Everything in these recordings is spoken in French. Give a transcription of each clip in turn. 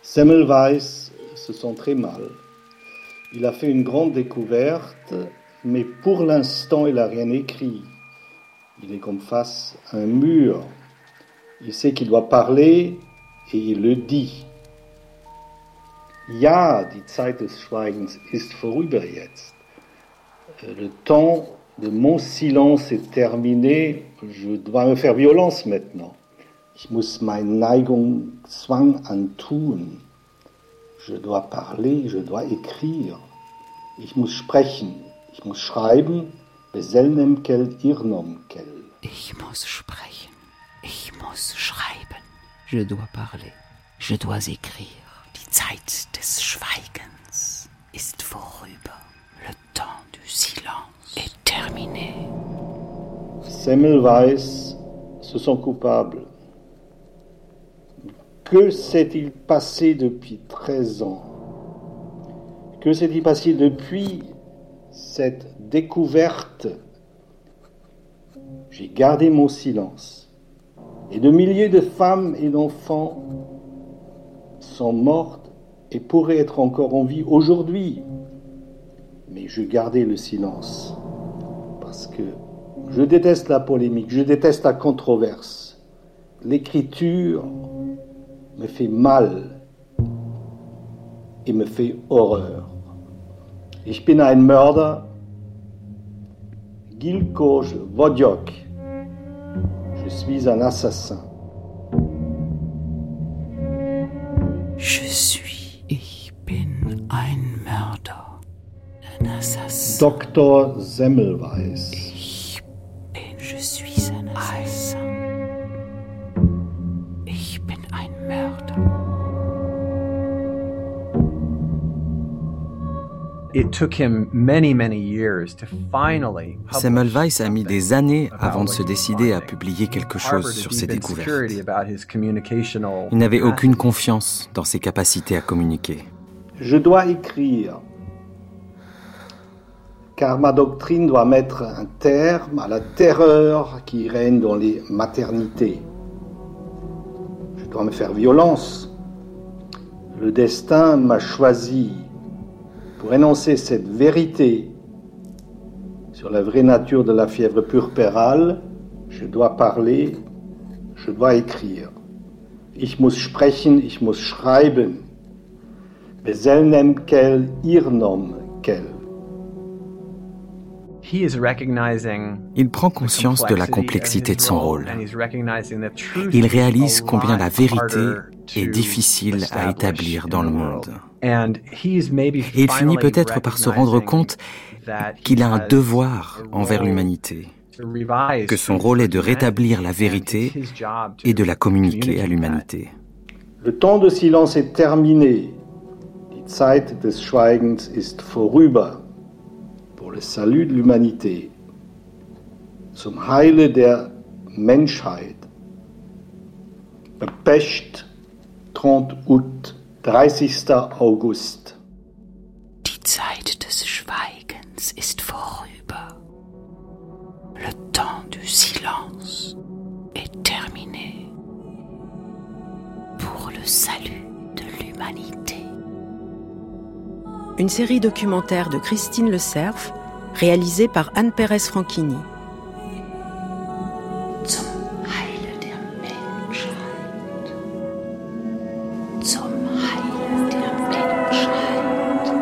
Semmelweis se sent très mal. Il a fait une grande découverte, mais pour l'instant, il n'a rien écrit. Il est comme face à un mur. Il sait qu'il doit parler et il le dit. Ja, die Zeit des Schweigens ist vorüber jetzt. Le temps de mon silence est terminé. Je dois me faire violence maintenant. Ich muss meine Neigung Zwang antun. Je dois parler, je dois écrire. Ich muss sprechen, ich muss schreiben. Beselnem kel irnom kel. Ich muss sprechen, ich muss schreiben. Je dois parler, je dois écrire. Die Zeit des Schweigens ist vorüber. Le temps du silence est terminé. Semmelweis se sent coupable. Que s'est-il passé depuis 13 ans? Que s'est-il passé depuis cette découverte? J'ai gardé mon silence. Et de milliers de femmes et d'enfants sont mortes et pourraient être encore en vie aujourd'hui. Mais je gardais le silence parce que je déteste la polémique, je déteste la controverse. L'écriture me fait mal et me fait horreur. Ich bin ein Mörder, Gilko Wodiok. Je suis un assassin. Ich bin ein Mörder, ein Assassin. Dr. Semmelweis. Je suis un assassin. Ich bin ein Mörder. Semmelweis a mis des années avant de se décider à publier quelque chose sur ses découvertes. Il n'avait aucune confiance dans ses capacités à communiquer. Je dois écrire, car ma doctrine doit mettre un terme à la terreur qui règne dans les maternités. Je dois me faire violence. Le destin m'a choisi pour énoncer cette vérité sur la vraie nature de la fièvre puerpérale. Je dois parler, je dois écrire. Ich muss sprechen, ich muss schreiben. Beselnem kel irnom kel. Il prend conscience de la complexité de son rôle. Il réalise combien la vérité est difficile à établir dans le monde. Et il finit peut-être par se rendre compte qu'il a un devoir envers l'humanité, que son rôle est de rétablir la vérité et de la communiquer à l'humanité. Le temps de silence est terminé. Die Zeit des Schweigens ist vorüber. Pour le salut de l'humanité, zum Heile der Menschheit. Pest, 30 août, 30. August. Die Zeit des Schweigens ist vorüber. Le temps du silence est terminé. Pour le salut de l'humanité. Une série documentaire de Christine Le Cerf, réalisée par Anne Pérez Franchini. Zum Heile der Menschheit. Zum Heile der Menschheit.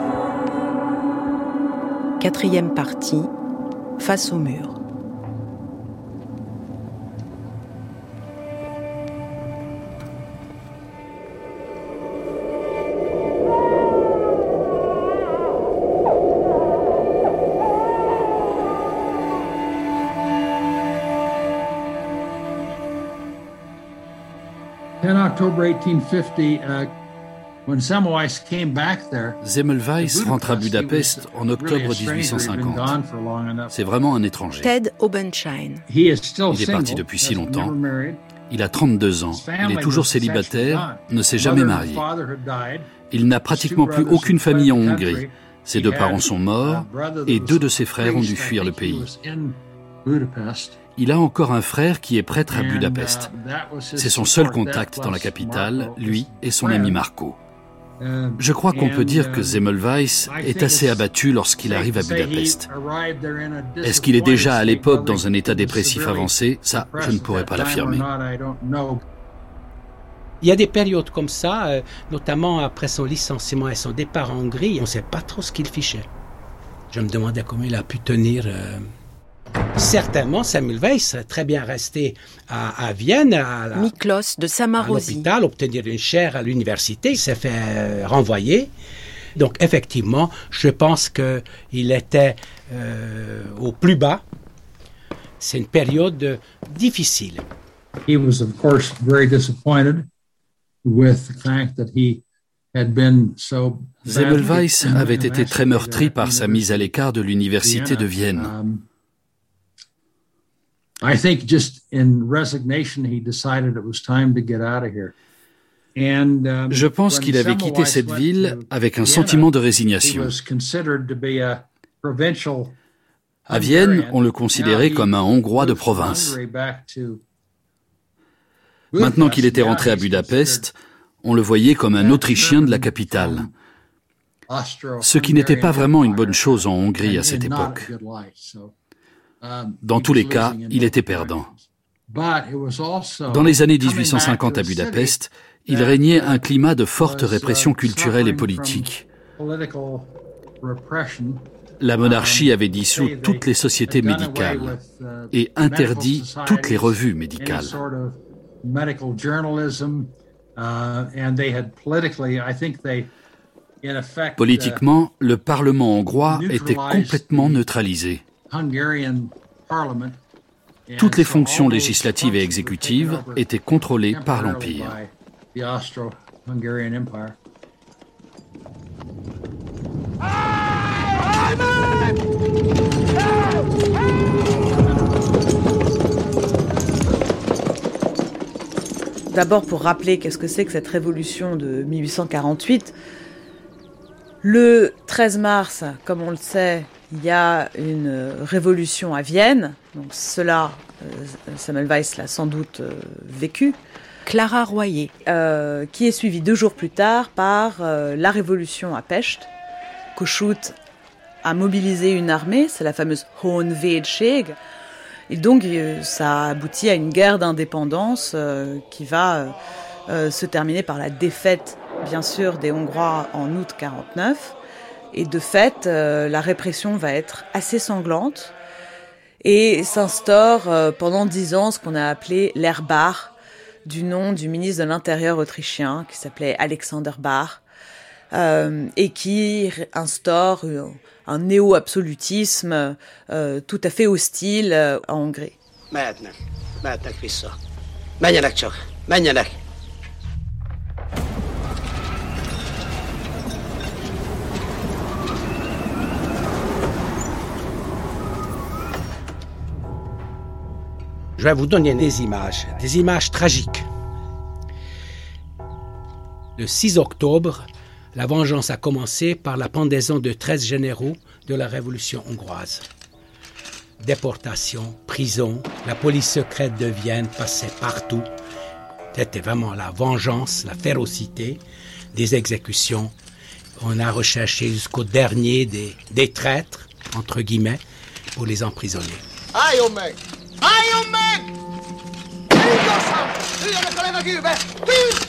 4e partie, Face au mur. Semmelweis rentre à Budapest en octobre 1850. C'est vraiment un étranger. Ted Obenschein. Il est parti depuis si longtemps. Il a 32 ans. Il est toujours célibataire, ne s'est jamais marié. Il n'a pratiquement plus aucune famille en Hongrie. Ses 2 parents sont morts et 2 de ses frères ont dû fuir le pays. Il a encore un frère qui est prêtre à Budapest. C'est son seul contact dans la capitale, lui et son ami Marco. Je crois qu'on peut dire que Semmelweis est assez abattu lorsqu'il arrive à Budapest. Est-ce qu'il est déjà à l'époque dans un état dépressif avancé? Ça, je ne pourrais pas l'affirmer. Il y a des périodes comme ça, notamment après son licenciement et son départ en Hongrie, on ne sait pas trop ce qu'il fichait. Je me demandais comment il a pu tenir. Certainement, Semmelweis serait très bien resté à Vienne, Miklos de Samarosi, à l'hôpital, obtenir une chaire à l'université. Il s'est fait renvoyer. Donc, effectivement, je pense qu'il était au plus bas. C'est une période difficile. He was, of course, very disappointed with the fact that he had been so. Semmelweis avait été très meurtri par sa mise à l'écart de l'université de Vienne. I think just in resignation, he decided it was time to get out of here. Je pense qu'il avait quitté cette ville avec un sentiment de résignation. À Vienne, on le considérait comme un Hongrois de province. Maintenant qu'il était rentré à Budapest, on le voyait comme un Autrichien de la capitale, ce qui n'était pas vraiment une bonne chose en Hongrie à cette époque. Dans tous les cas, il était perdant. Dans les années 1850 à Budapest, il régnait un climat de forte répression culturelle et politique. La monarchie avait dissous toutes les sociétés médicales et interdit toutes les revues médicales. Politiquement, le Parlement hongrois était complètement neutralisé. Toutes les fonctions législatives et exécutives étaient contrôlées par l'Empire. D'abord, pour rappeler qu'est-ce que c'est que cette révolution de 1848, le 13 mars, comme on le sait, il y a une révolution à Vienne. Donc cela, Semmelweis l'a sans doute vécu. Clara Royer, qui est suivie 2 jours plus tard par la révolution à Pest. Kossuth a mobilisé une armée, c'est la fameuse Hohenwäldschild. Et donc ça aboutit à une guerre d'indépendance qui va se terminer par la défaite, bien sûr, des Hongrois en août 49. Et de fait, la répression va être assez sanglante et s'instaure pendant 10 ans ce qu'on a appelé l'ère Bahr, du nom du ministre de l'Intérieur autrichien qui s'appelait Alexander Bahr, et qui instaure un néo-absolutisme tout à fait hostile en Hongrie. Mehetnek vissza. Menjenek csak, menjenek! Je vais vous donner des images tragiques. Le 6 octobre, la vengeance a commencé par la pendaison de 13 généraux de la Révolution hongroise. Déportation, prison, la police secrète de Vienne passait partout. C'était vraiment la vengeance, la férocité des exécutions. On a recherché jusqu'au dernier des traîtres, entre guillemets, pour les emprisonner. Álljon meg! Álljon meg! Tűz lassan! Üljenek a levegőbe! Tűz!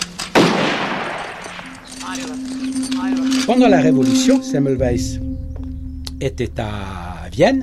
Pendant la Révolution, Semmelweis était à Vienne.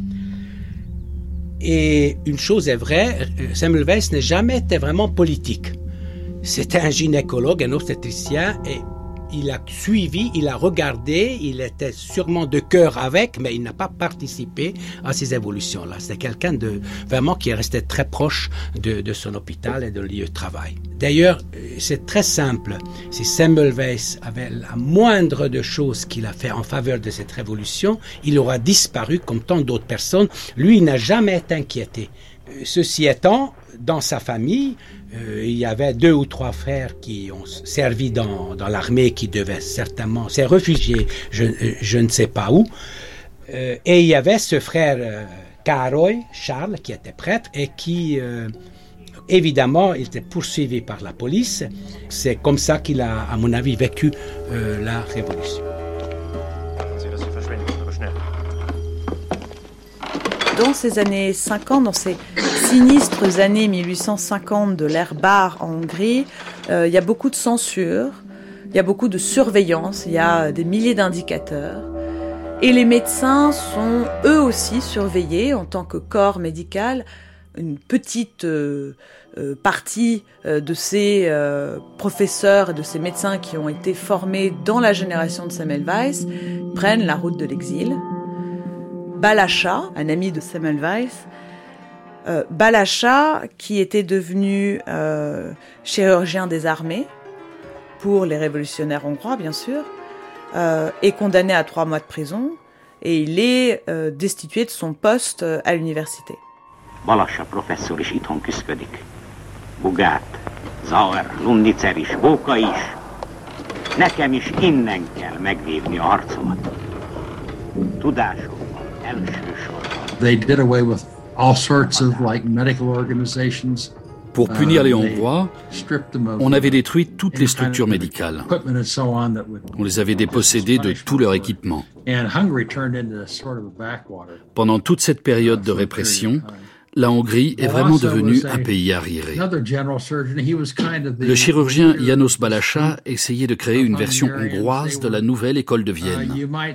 Et une chose est vraie, Semmelweis n'a jamais été vraiment politique. C'était un gynécologue, un obstétricien, et il a suivi, il a regardé, il était sûrement de cœur avec, mais il n'a pas participé à ces évolutions-là. C'est quelqu'un de vraiment qui est resté très proche de son hôpital et de lieu de travail. D'ailleurs, c'est très simple. Si Semmelweis avait la moindre de choses qu'il a fait en faveur de cette révolution, il aura disparu comme tant d'autres personnes. Lui, il n'a jamais été inquiété. Ceci étant, dans sa famille, il y avait 2 ou 3 frères qui ont servi dans l'armée, qui devaient certainement se réfugier, je ne sais pas où. Et il y avait ce frère Károly, Charles, qui était prêtre et qui Évidemment, il était poursuivi par la police. C'est comme ça qu'il a, à mon avis, vécu la révolution. Dans ces années 50, dans ces sinistres années 1850 de l'ère Bar en Hongrie, il y a beaucoup de censure, il y a beaucoup de surveillance, il y a des milliers d'indicateurs. Et les médecins sont eux aussi surveillés en tant que corps médical. Une petite partie de ces professeurs et de ces médecins qui ont été formés dans la génération de Semmelweis prennent la route de l'exil. Balacha, un ami de Semmelweis, Balacha, qui était devenu chirurgien des armées pour les révolutionnaires hongrois, bien sûr, est condamné à 3 mois de prison et il est destitué de son poste à l'université. Balassa professzor is itthon küszködik. Bugát, Zauer, Lumnicer is, Bóka is. Nekem is innen kell megvívni a harcomat. Tudásommal, elsősorban. They did away with all sorts of medical organizations. Pour punir les Hongrois, on avait détruit toutes les structures médicales. On les avait dépossédés de tout leur équipement. Pendant toute cette période de répression, la Hongrie est vraiment devenue un pays arriéré. Le chirurgien János Balacha essayait de créer une version hongroise de la nouvelle école de Vienne.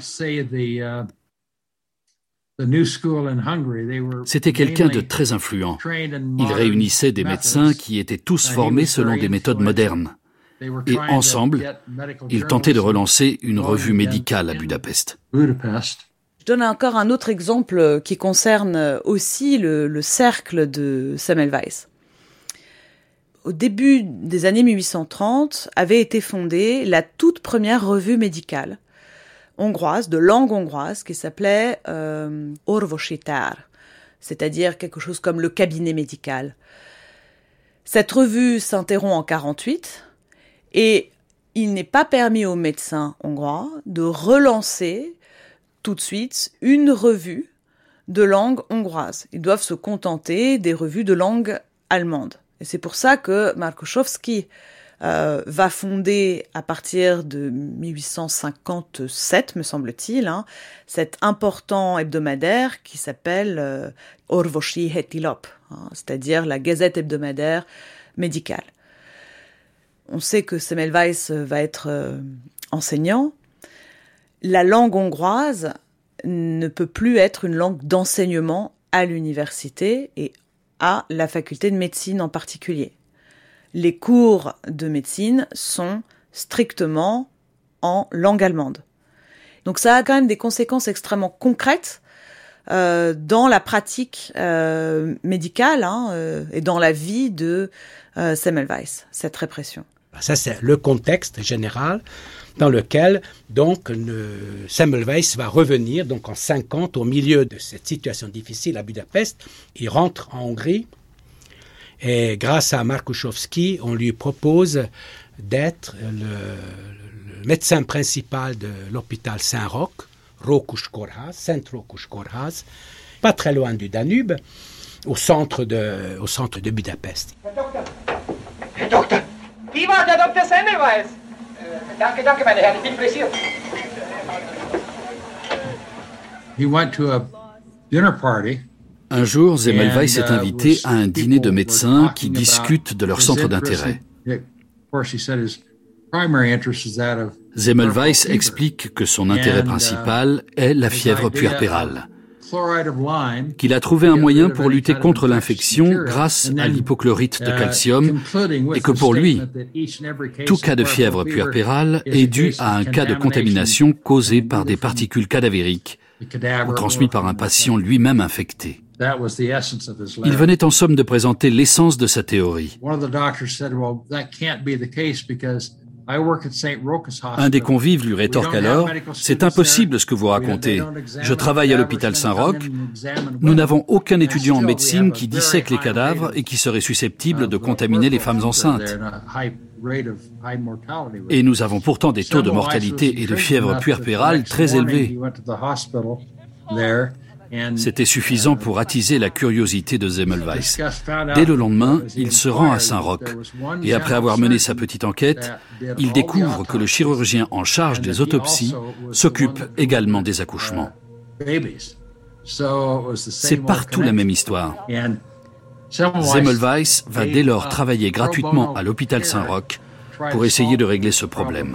C'était quelqu'un de très influent. Il réunissait des médecins qui étaient tous formés selon des méthodes modernes. Et ensemble, ils tentaient de relancer une revue médicale à Budapest. Je donne encore un autre exemple qui concerne aussi le cercle de Semmelweis. Au début des années 1830, avait été fondée la toute première revue médicale hongroise, de langue hongroise, qui s'appelait Orvositár, c'est-à-dire quelque chose comme le cabinet médical. Cette revue s'interrompt en 1948 et il n'est pas permis aux médecins hongrois de relancer tout de suite une revue de langue hongroise. Ils doivent se contenter des revues de langue allemande. Et c'est pour ça que Markuszewski va fonder à partir de 1857, me semble-t-il, cet important hebdomadaire qui s'appelle Orvosi Heti Lap, c'est-à-dire la Gazette hebdomadaire médicale. On sait que Semmelweis va être enseignant. La langue hongroise ne peut plus être une langue d'enseignement à l'université et à la faculté de médecine en particulier. Les cours de médecine sont strictement en langue allemande. Donc ça a quand même des conséquences extrêmement concrètes dans la pratique médicale et dans la vie de Semmelweis, cette répression. Ça, c'est le contexte général dans lequel donc Semmelweis va revenir donc en 50 au milieu de cette situation difficile à Budapest. Il rentre en Hongrie et grâce à Markuszewski, on lui propose d'être le médecin principal de l'hôpital Saint-Roch, Rókus Kórház, Szent-Rókus Kórház, pas très loin du Danube, au centre de Budapest. Herr Doktor, wie war der Dr. Semmelweis? Danke, meine Herren, ich bin pressiert. He went to a dinner party. Un jour, Semmelweis est invité à un dîner de médecins qui discutent de leur centre d'intérêt. Semmelweis explique que son intérêt principal est la fièvre puerpérale, qu'il a trouvé un moyen pour lutter contre l'infection grâce à l'hypochlorite de calcium et que pour lui, tout cas de fièvre puerpérale est dû à un cas de contamination causé par des particules cadavériques ou transmis par un patient lui-même infecté. Il venait en somme de présenter l'essence de sa théorie. Un des convives lui rétorque alors « C'est impossible ce que vous racontez. Je travaille à l'hôpital Saint-Roch. Nous n'avons aucun étudiant en médecine qui dissèque les cadavres et qui serait susceptible de contaminer les femmes enceintes. Et nous avons pourtant des taux de mortalité et de fièvre puerpérale très élevés. » C'était suffisant pour attiser la curiosité de Semmelweis. Dès le lendemain, il se rend à Saint-Roch. Et après avoir mené sa petite enquête, il découvre que le chirurgien en charge des autopsies s'occupe également des accouchements. C'est partout la même histoire. Semmelweis va dès lors travailler gratuitement à l'hôpital Saint-Roch pour essayer de régler ce problème.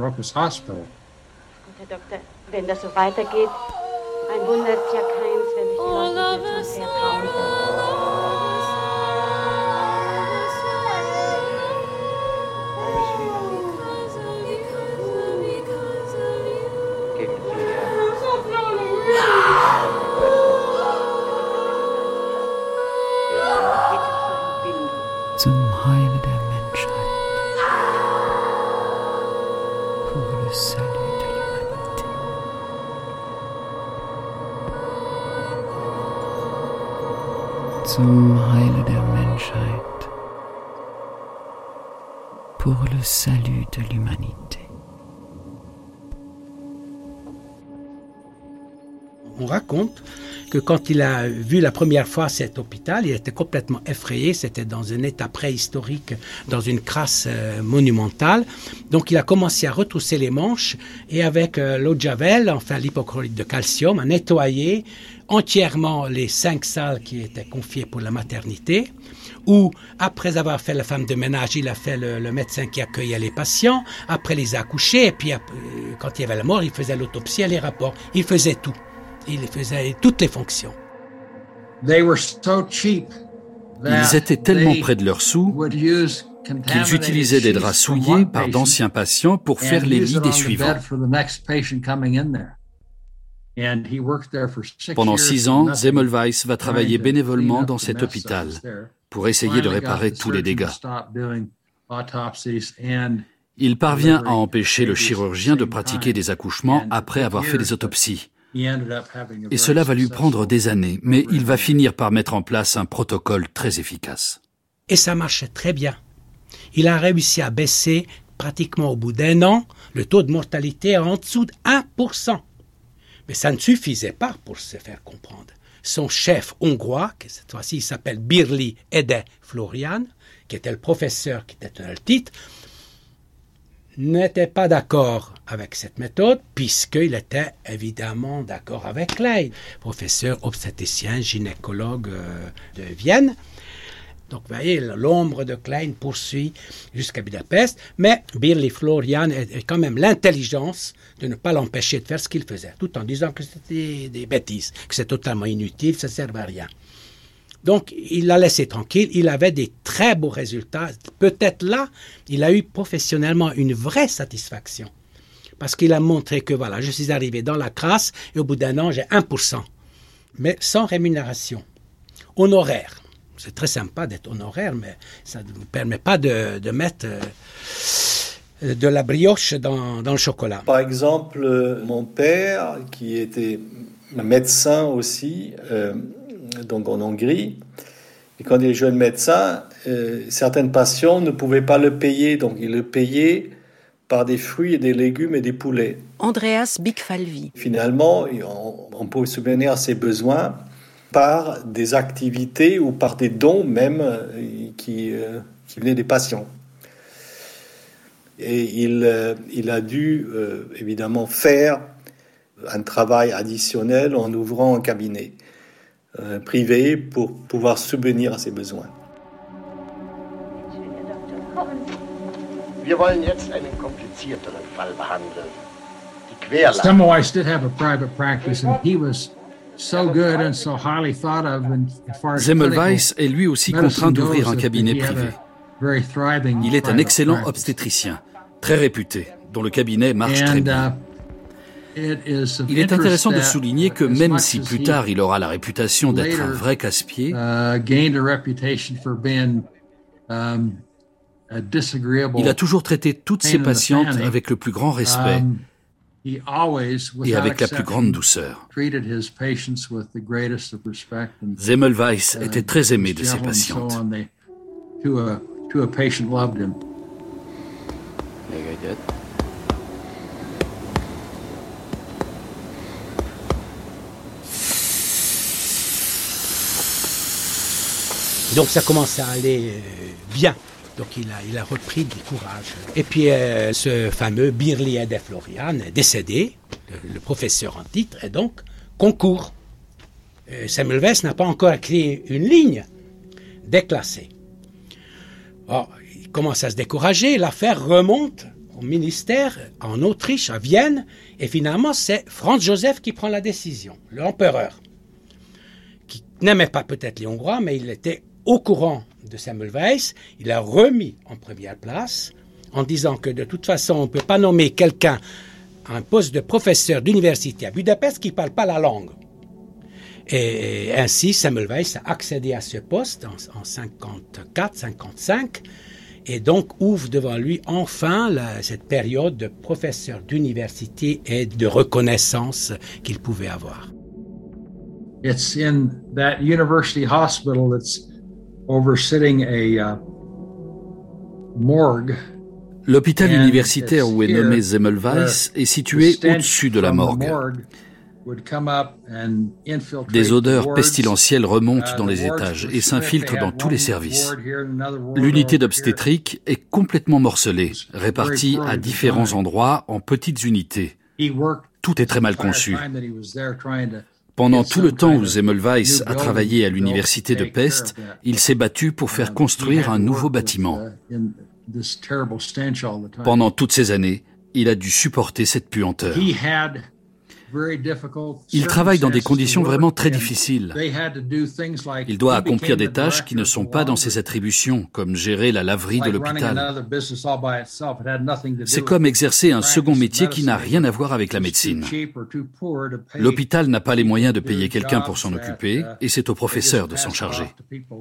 Wenn das so weitergeht, ein wundert ja keins, wenn sich die Leute jetzt sehr traurig Zum Heile der Menschheit, pour le salut de l'humanité. Zum Heile der Menschheit, pour le salut de l'humanité. On raconte que quand il a vu la première fois cet hôpital, il était complètement effrayé. C'était dans un état préhistorique, dans une crasse monumentale. Donc il a commencé à retrousser les manches et avec l'eau de Javel, enfin l'hypochlorite de calcium, a nettoyé entièrement les 5 salles qui étaient confiées pour la maternité, où après avoir fait la femme de ménage, il a fait le médecin qui accueillait les patients, après les a couchés, et puis quand il y avait la mort, il faisait l'autopsie et les rapports. Il faisait tout. Il faisait toutes les fonctions. Ils étaient tellement près de leurs sous qu'ils utilisaient des draps souillés par d'anciens patients pour faire les lits des suivants. Pendant 6 ans, Semmelweis va travailler bénévolement dans cet hôpital pour essayer de réparer tous les dégâts. Il parvient à empêcher le chirurgien de pratiquer des accouchements après avoir fait des autopsies. Et cela va lui prendre des années, mais il va finir par mettre en place un protocole très efficace. Et ça marchait très bien. Il a réussi à baisser, pratiquement au bout d'1 an, le taux de mortalité en dessous de 1%. Mais ça ne suffisait pas pour se faire comprendre. Son chef hongrois, qui cette fois-ci s'appelle Birli Ede Florian, qui était le professeur qui était le titre, n'était pas d'accord avec cette méthode, puisqu'il était évidemment d'accord avec Klein, professeur obstétricien, gynécologue de Vienne. Donc, vous voyez, l'ombre de Klein poursuit jusqu'à Budapest, mais Birli Florian a quand même l'intelligence de ne pas l'empêcher de faire ce qu'il faisait, tout en disant que c'était des bêtises, que c'est totalement inutile, ça ne servait à rien. Donc, il l'a laissé tranquille, il avait des très beaux résultats. Peut-être là, il a eu professionnellement une vraie satisfaction. Parce qu'il a montré que, voilà, je suis arrivé dans la crasse et au bout d'1 an, j'ai 1%. Mais sans rémunération. Honoraire. C'est très sympa d'être honoraire, mais ça ne vous permet pas de mettre de la brioche dans le chocolat. Par exemple, mon père, qui était médecin aussi, donc en Hongrie, et quand il est jeune médecin, certains patients ne pouvaient pas le payer, donc il le payait par des fruits et des légumes et des poulets. Andreas Bigfalvi. Finalement, on peut subvenir à ses besoins par des activités ou par des dons même qui venaient des patients. Et il a dû évidemment faire un travail additionnel en ouvrant un cabinet privé pour pouvoir subvenir à ses besoins. Wir wollen jetzt einen komplizierteren Fall behandeln. Die Querlage. Semmelweis did have a private practice, and he was so good and so highly thought of. As far as Semmelweis est lui aussi contraint d'ouvrir un cabinet privé. Il est un excellent obstétricien, très réputé, dont le cabinet marche très bien. Il est intéressant de souligner que même si plus tard il aura la réputation d'être un vrai casse-pied, il a toujours traité toutes ses patientes avec le plus grand respect et avec la plus grande douceur. Semmelweis était très aimé de ses patientes. Donc ça commence à aller bien. Donc il a repris du courage. Et puis ce fameux Birliet de Florian est décédé, le professeur en titre, et donc concours. Semmelweis n'a pas encore écrit une ligne déclassée. Oh, il commence à se décourager, l'affaire remonte au ministère en Autriche, à Vienne, et finalement c'est Franz Joseph qui prend la décision, l'empereur, qui n'aimait pas peut-être les Hongrois, mais il était au courant de Semmelweis, il a remis en première place en disant que de toute façon on ne peut pas nommer quelqu'un à un poste de professeur d'université à Budapest qui ne parle pas la langue. Et ainsi Semmelweis a accédé à ce poste en 54-55 et donc ouvre devant lui enfin cette période de professeur d'université et de reconnaissance qu'il pouvait avoir. It's in that university hospital that's oversitting a morgue. L'hôpital universitaire où est nommé Semmelweis est situé au-dessus de la morgue. Des odeurs pestilentielles remontent dans les étages et s'infiltrent dans tous les services. L'unité d'obstétrique est complètement morcelée, répartie à différents endroits en petites unités. Tout est très mal conçu. Pendant tout le temps où Semmelweis a travaillé à l'université de Pest, il s'est battu pour faire construire un nouveau bâtiment. Pendant toutes ces années, il a dû supporter cette puanteur. Il travaille dans des conditions vraiment très difficiles. Il doit accomplir des tâches qui ne sont pas dans ses attributions, comme gérer la laverie de l'hôpital. C'est comme exercer un second métier qui n'a rien à voir avec la médecine. L'hôpital n'a pas les moyens de payer quelqu'un pour s'en occuper, et c'est au professeur de s'en charger.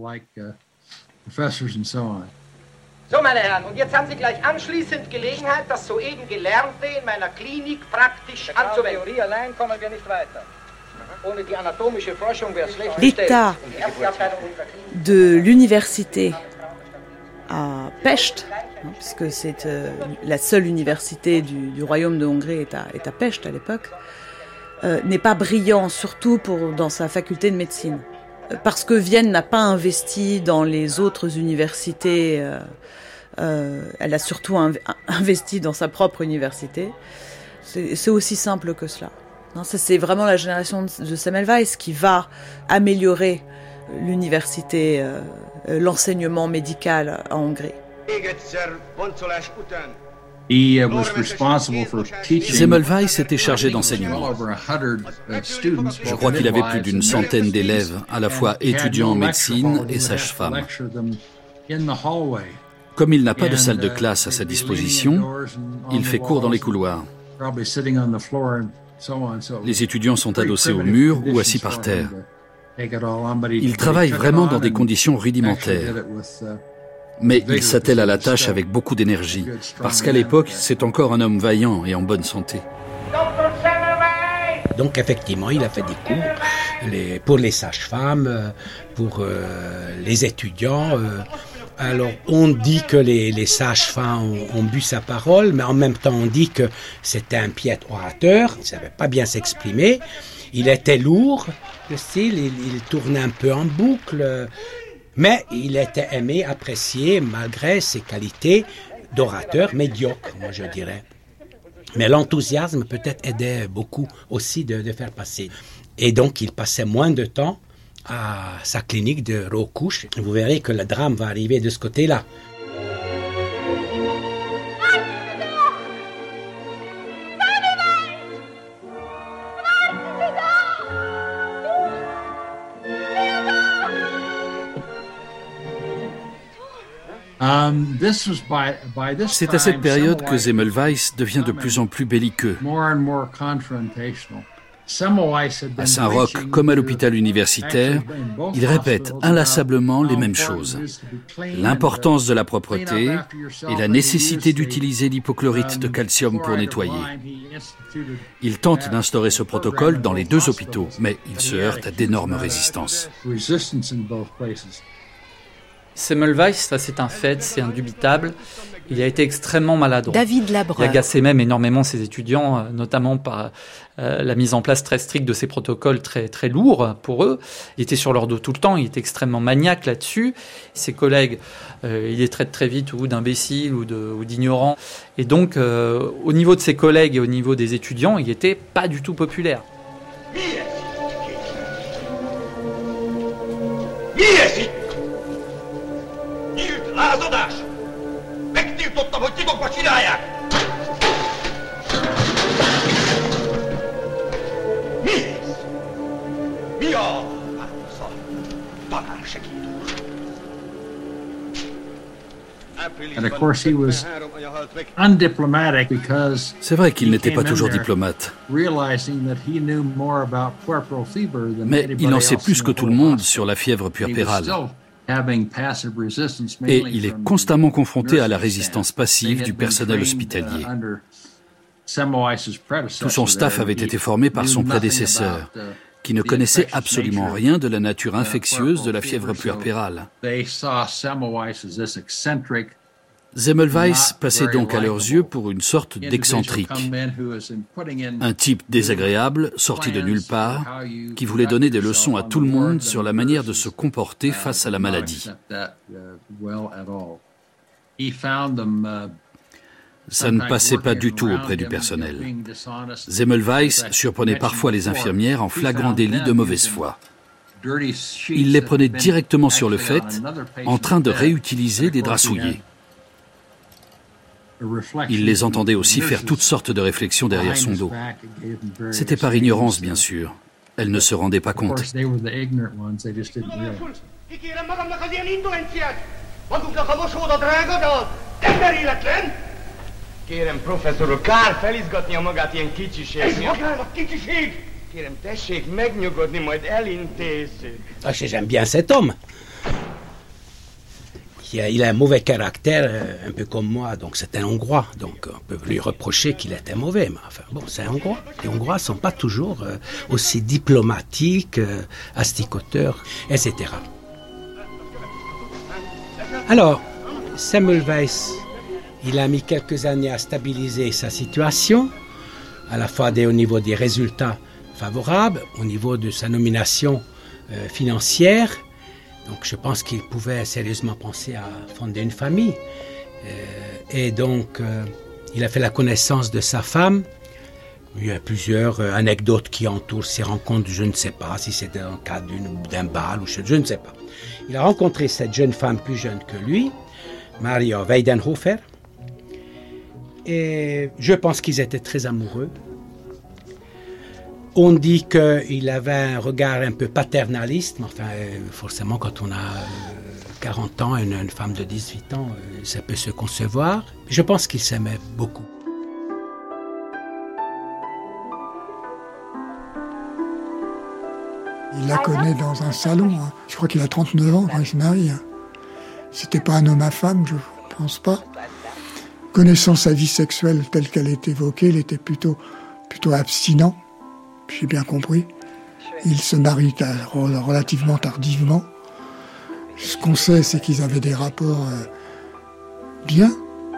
So, meine Herren, und jetzt haben Sie gleich anschließend Gelegenheit, das soeben Gelernte in meiner Klinik praktisch anzuwenden. Theorie allein kommen wir nicht weiter. Ohne die anatomische Forschung wäre es schlecht. L'état de l'université à Pest, puisque c'est la seule université du royaume de Hongrie est à Pest à l'époque, n'est pas brillant, surtout dans sa faculté de médecine. Parce que Vienne n'a pas investi dans les autres universités, elle a surtout investi dans sa propre université. C'est aussi simple que cela. Non, c'est vraiment la génération de Semmelweis qui va améliorer l'université, l'enseignement médical en Hongrie. Semmelweis était chargé d'enseignement. Je crois qu'il avait plus d'une centaine d'élèves, à la fois étudiants en médecine et sages-femmes. Comme il n'a pas de salle de classe à sa disposition, il fait cours dans les couloirs. Les étudiants sont adossés au mur ou assis par terre. Il travaille vraiment dans des conditions rudimentaires. Mais il s'attelle à la tâche avec beaucoup d'énergie, parce qu'à l'époque, c'est encore un homme vaillant et en bonne santé. Donc effectivement, il a fait des cours pour les sages-femmes, pour les étudiants. Alors on dit que les sages-femmes ont bu sa parole, mais en même temps on dit que c'était un piètre orateur, il ne savait pas bien s'exprimer. Il était lourd, le style, il tournait un peu en boucle. Mais il était aimé, apprécié, malgré ses qualités d'orateur médiocre, moi je dirais. Mais l'enthousiasme peut-être aidait beaucoup aussi de faire passer. Et donc il passait moins de temps à sa clinique de Råkusch. Vous verrez que le drame va arriver de ce côté-là. C'est à cette période que Semmelweis devient de plus en plus belliqueux. À Saint-Roch, comme à l'hôpital universitaire, il répète inlassablement les mêmes choses. L'importance de la propreté et la nécessité d'utiliser l'hypochlorite de calcium pour nettoyer. Il tente d'instaurer ce protocole dans les deux hôpitaux, mais il se heurte à d'énormes résistances. Semmelweis, ça c'est un fait, c'est indubitable. Il a été extrêmement maladroit. David Labreur. Il agaçait même énormément ses étudiants, notamment par la mise en place très stricte de ces protocoles très, très lourds pour eux. Il était sur leur dos tout le temps, il était extrêmement maniaque là-dessus. Ses collègues, il les traite très vite ou d'imbéciles ou d'ignorants. Et donc, au niveau de ses collègues et au niveau des étudiants, il n'était pas du tout populaire. Megtiltottam, hogy titokba csinálják! Mi ez? Mi a... tanársegítő? And of course he was undiplomatic because c'est vrai qu'il n'était pas toujours diplomate. Mais il en sait plus que tout le monde sur la fièvre puerpérale. Et il est constamment confronté à la résistance passive du personnel hospitalier. Tout son staff avait été formé par son prédécesseur, qui ne connaissait absolument rien de la nature infectieuse de la fièvre puerpérale. Semmelweis passait donc à leurs yeux pour une sorte d'excentrique, un type désagréable, sorti de nulle part, qui voulait donner des leçons à tout le monde sur la manière de se comporter face à la maladie. Ça ne passait pas du tout auprès du personnel. Semmelweis surprenait parfois les infirmières en flagrant délit de mauvaise foi. Il les prenait directement sur le fait, en train de réutiliser des draps souillés. Il les entendait aussi faire toutes sortes de réflexions derrière son dos. C'était par ignorance, bien sûr. Elle ne se rendait pas compte. Kérem, professzor úr, kár felizgatnia magát ilyen kicsiség. Ez magának kicsiség! Kérem, tessék megnyugodni, majd elintézzük. J'aime bien cet homme. Il a un mauvais caractère, un peu comme moi, donc c'est un Hongrois. Donc on peut lui reprocher qu'il était mauvais, mais enfin bon, c'est un Hongrois. Les Hongrois ne sont pas toujours aussi diplomatiques, asticoteurs, etc. Alors, Semmelweis, il a mis quelques années à stabiliser sa situation, à la fois au niveau des résultats favorables, au niveau de sa nomination financière. Donc je pense qu'il pouvait sérieusement penser à fonder une famille. Et donc il a fait la connaissance de sa femme. Il y a plusieurs anecdotes qui entourent ces rencontres, je ne sais pas si c'était dans le cadre d'un bal ou je ne sais pas. Il a rencontré cette jeune femme plus jeune que lui, Maria Weidenhofer. Et je pense qu'ils étaient très amoureux. On dit qu'il avait un regard un peu paternaliste, mais enfin, forcément, quand on a 40 ans et une femme de 18 ans, ça peut se concevoir. Je pense qu'ils s'aimaient beaucoup. Il la connaît dans un salon. Hein. Je crois qu'il a 39 ans quand il se marie. Hein. C'était pas un homme à femme, je pense pas. Connaissant sa vie sexuelle telle qu'elle est évoquée, il était plutôt abstinent. J'ai bien compris. Il se marie relativement tardivement. Ce qu'on sait, c'est qu'ils avaient des rapports bien.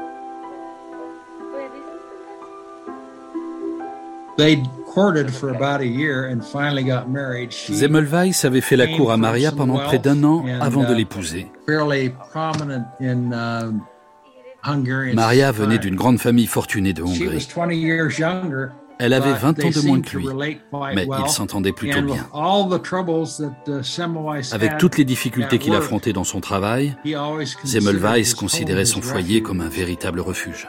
Semmelweis avait fait la cour à Maria pendant près d'un an avant de l'épouser. Maria venait d'une grande famille fortunée de Hongrie. Elle avait 20 ans de moins que lui, mais ils s'entendaient plutôt bien. Avec toutes les difficultés qu'il affrontait dans son travail, Semmelweis considérait son foyer comme un véritable refuge.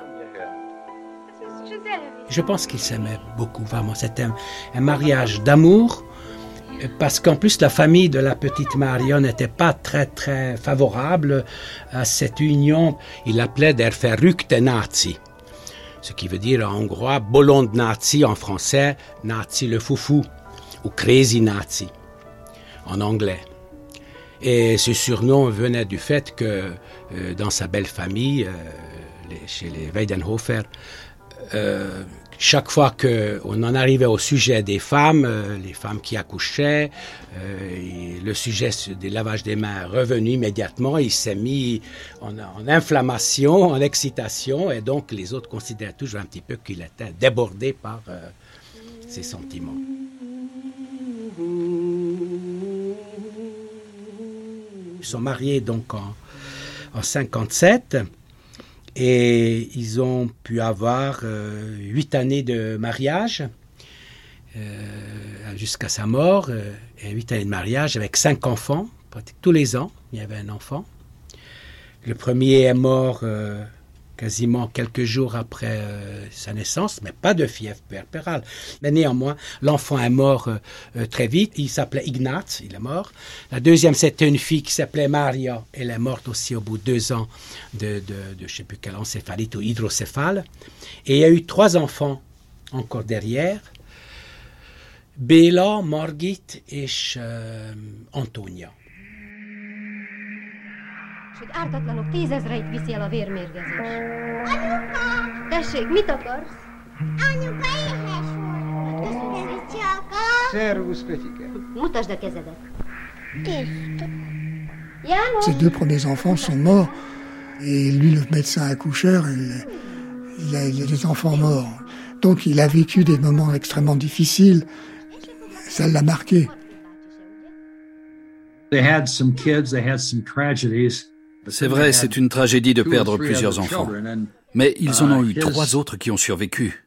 Je pense qu'ils s'aimaient beaucoup, vraiment. C'était un mariage d'amour, parce qu'en plus, la famille de la petite Maria n'était pas très, très favorable à cette union. Il l'appelait der verrückte Nazi, ce qui veut dire en hongrois Bolond Nazi, en français Nazi le foufou, ou Crazy Nazi, en anglais. Et ce surnom venait du fait que dans sa belle famille, chez les Weidenhofer, Chaque fois qu'on en arrivait au sujet des femmes, les femmes qui accouchaient, le sujet des lavages des mains revenu immédiatement, il s'est mis en inflammation, en excitation, et donc les autres considéraient toujours un petit peu qu'il était débordé par ses sentiments. Ils sont mariés donc en 57. Et ils ont pu avoir 8 années de mariage jusqu'à sa mort, et 8 années de mariage avec 5 enfants. Pratiquement tous les ans, il y avait un enfant. Le premier est mort quasiment quelques jours après sa naissance, mais pas de fièvre puerpérale. Mais néanmoins, l'enfant est mort très vite. Il s'appelait Ignaz, il est mort. La deuxième, c'était une fille qui s'appelait Maria. Elle est morte aussi au bout de 2 ans de je ne sais plus quelle encéphalite ou hydrocéphale. Et il y a eu 3 enfants encore derrière. Béla, Margit et Antonia. hogy ártatlanok 10 000-eit viszi el a vérmérgezés. Anyuka! Tessék, mit akarsz? Anyuka, éhes volt. Köszönöm, Csaka. Szervusz, Petike. Mutasd a kezedet. Ses 2 premiers enfants sont morts. Et lui, le médecin accoucheur, il a des enfants morts. Donc il a vécu des moments extrêmement difficiles. Ça l'a marqué. They had some kids, they had some tragedies. C'est vrai, c'est une tragédie de perdre plusieurs enfants. Mais ils en ont eu 3 autres qui ont survécu.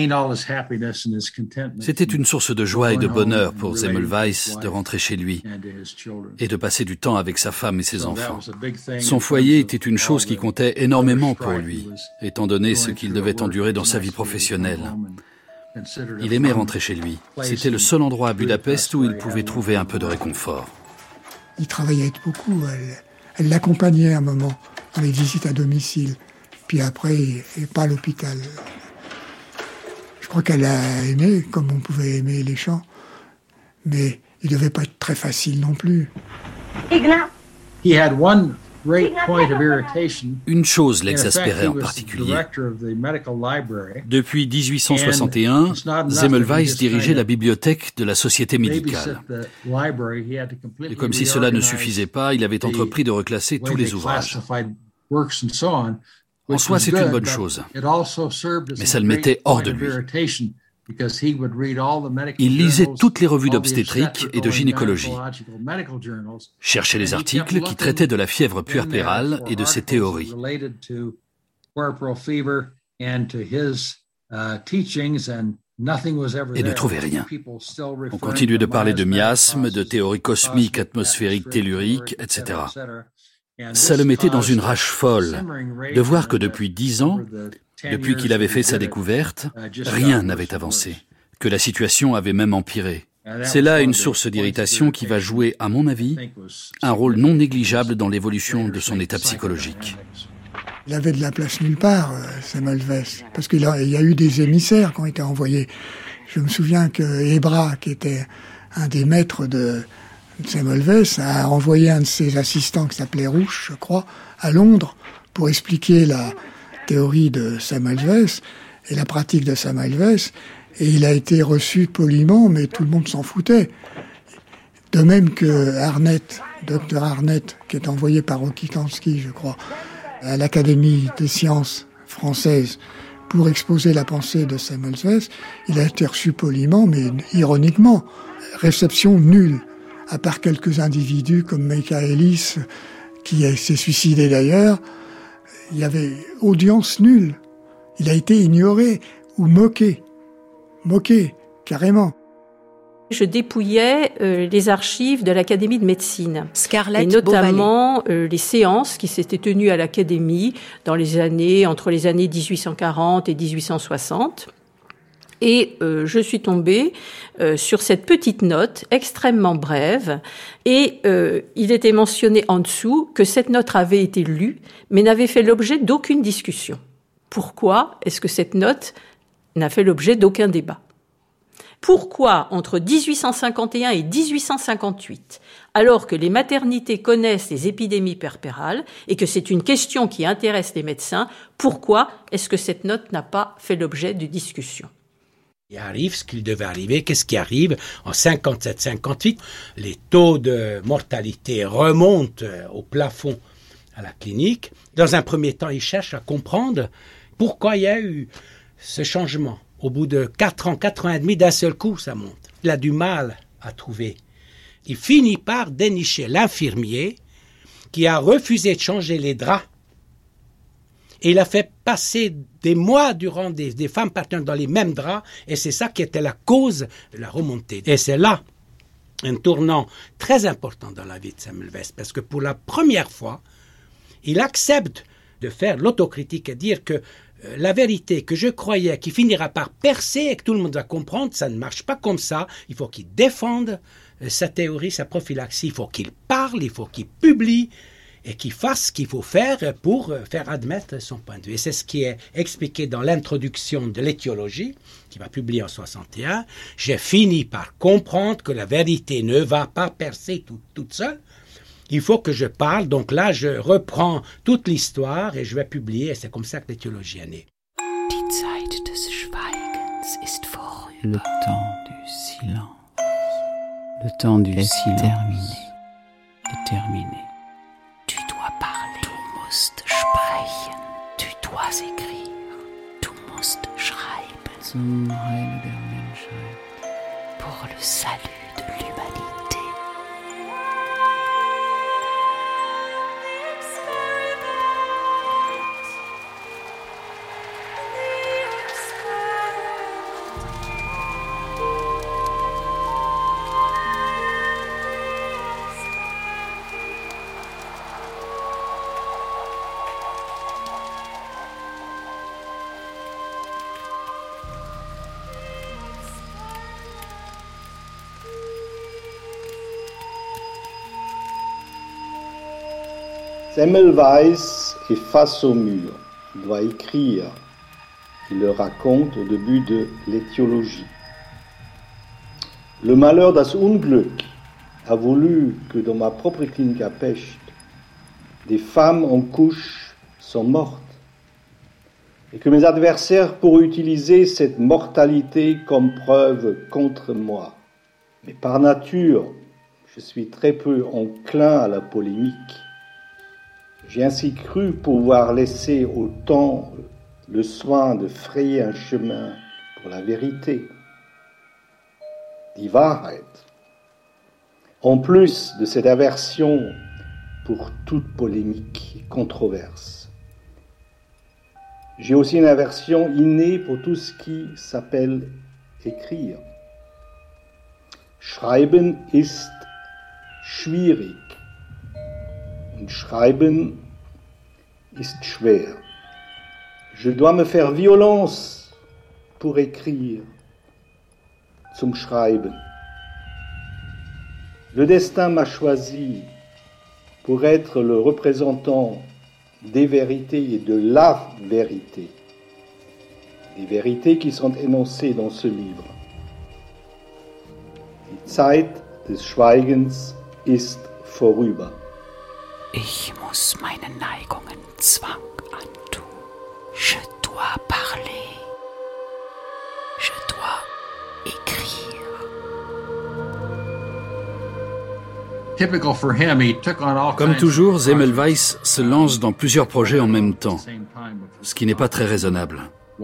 C'était une source de joie et de bonheur pour Semmelweis de rentrer chez lui et de passer du temps avec sa femme et ses enfants. Son foyer était une chose qui comptait énormément pour lui, étant donné ce qu'il devait endurer dans sa vie professionnelle. Il aimait rentrer chez lui. C'était le seul endroit à Budapest où il pouvait trouver un peu de réconfort. Il travaillait beaucoup. Elle l'accompagnait à un moment dans les visites à domicile. Puis après, et pas à l'hôpital. Je crois qu'elle a aimé, comme on pouvait aimer les chants. Mais il ne devait pas être très facile non plus. He had one great point of irritation. Une chose l'exaspérait en particulier. Depuis 1861, Semmelweis dirigeait la bibliothèque de la Société médicale. Et comme si cela ne suffisait pas, il avait entrepris de reclasser tous les ouvrages. En soi, c'est une bonne chose, mais ça le mettait hors de lui. Il lisait toutes les revues d'obstétrique et de gynécologie, cherchait les articles qui traitaient de la fièvre puerpérale et de ses théories. Et ne trouvait rien. On continuait de parler de miasmes, de théories cosmiques, atmosphériques, telluriques, etc. Ça le mettait dans une rage folle de voir que depuis 10 ans, depuis qu'il avait fait sa découverte, rien n'avait avancé, que la situation avait même empiré. C'est là une source d'irritation qui va jouer, à mon avis, un rôle non négligeable dans l'évolution de son état psychologique. Il avait de la place nulle part, Semmelweis, parce qu'il y a eu des émissaires qui ont été envoyés. Je me souviens que Ebra, qui était un des maîtres de Semmelweis, a envoyé un de ses assistants qui s'appelait Rouch, je crois, à Londres pour expliquer la théorie de Semmelweis et la pratique de Semmelweis, et il a été reçu poliment, mais tout le monde s'en foutait. De même que Arnett, Dr Arnett, qui est envoyé par Rokitansky, je crois, à l'Académie des sciences françaises pour exposer la pensée de Semmelweis, il a été reçu poliment, mais ironiquement. Réception nulle, à part quelques individus comme Michaelis, qui s'est suicidé d'ailleurs. Il y avait audience nulle. Il a été ignoré ou moqué. Moqué, carrément. Je dépouillais les archives de l'Académie de médecine. Scarlett et notamment les séances qui s'étaient tenues à l'Académie entre les années 1840 et 1860. Et je suis tombée sur cette petite note extrêmement brève. Et il était mentionné en dessous que cette note avait été lue, mais n'avait fait l'objet d'aucune discussion. Pourquoi est-ce que cette note n'a fait l'objet d'aucun débat ? Pourquoi, entre 1851 et 1858, alors que les maternités connaissent les épidémies puerpérales et que c'est une question qui intéresse les médecins, pourquoi est-ce que cette note n'a pas fait l'objet de discussions ? Il arrive ce qu'il devait arriver. Qu'est-ce qui arrive ? En 57-58, les taux de mortalité remontent au plafond à la clinique. Dans un premier temps, il cherche à comprendre pourquoi il y a eu ce changement. Au bout de 4 ans et demi, d'un seul coup, ça monte. Il a du mal à trouver. Il finit par dénicher l'infirmier qui a refusé de changer les draps. Et il a fait passer des mois durant des femmes partenaires dans les mêmes draps, et c'est ça qui était la cause de la remontée. Et c'est là un tournant très important dans la vie de Semmelweis, parce que pour la première fois, il accepte de faire l'autocritique et dire que la vérité que je croyais qui finira par percer et que tout le monde va comprendre, ça ne marche pas comme ça. Il faut qu'il défende sa théorie, sa prophylaxie, il faut qu'il parle, il faut qu'il publie, et qu'il fasse ce qu'il faut faire pour faire admettre son point de vue. Et c'est ce qui est expliqué dans l'introduction de l'étiologie, qui va publier en 61. J'ai fini par comprendre que la vérité ne va pas percer toute seule. Il faut que je parle. Donc là, je reprends toute l'histoire et je vais publier. Et c'est comme ça que l'étiologie est née. Die Zeit des Schweigens ist vorüber. Le temps du silence. Le temps du silence est terminé. Tu dois parler. Du musst sprechen. Tu dois écrire. Du musst schreiben. Zum Heil der Menschheit. Pour le salut de l'humanité. Semmelweis est face au mur. Il doit écrire. Il le raconte au début de l'étiologie. Le malheur das Unglück a voulu que dans ma propre clinique à Pest, des femmes en couche sont mortes et que mes adversaires pourraient utiliser cette mortalité comme preuve contre moi. Mais par nature, je suis très peu enclin à la polémique. J'ai ainsi cru pouvoir laisser au temps le soin de frayer un chemin pour la vérité, die Wahrheit. En plus de cette aversion pour toute polémique et controverse, j'ai aussi une aversion innée pour tout ce qui s'appelle écrire. Schreiben ist schwierig. Und Schreiben ist schwer. Je dois me faire violence pour écrire, zum Schreiben. Le destin m'a choisi pour être le représentant des vérités et de la vérité, des vérités qui sont énoncées dans ce livre. Die Zeit des Schweigens ist vorüber. Ich muss meinen Neigungen Zwang antun. Je dois parler. Je dois écrire. Comme toujours, Semmelweis se lance dans plusieurs projets en même temps, ce qui n'est pas très raisonnable.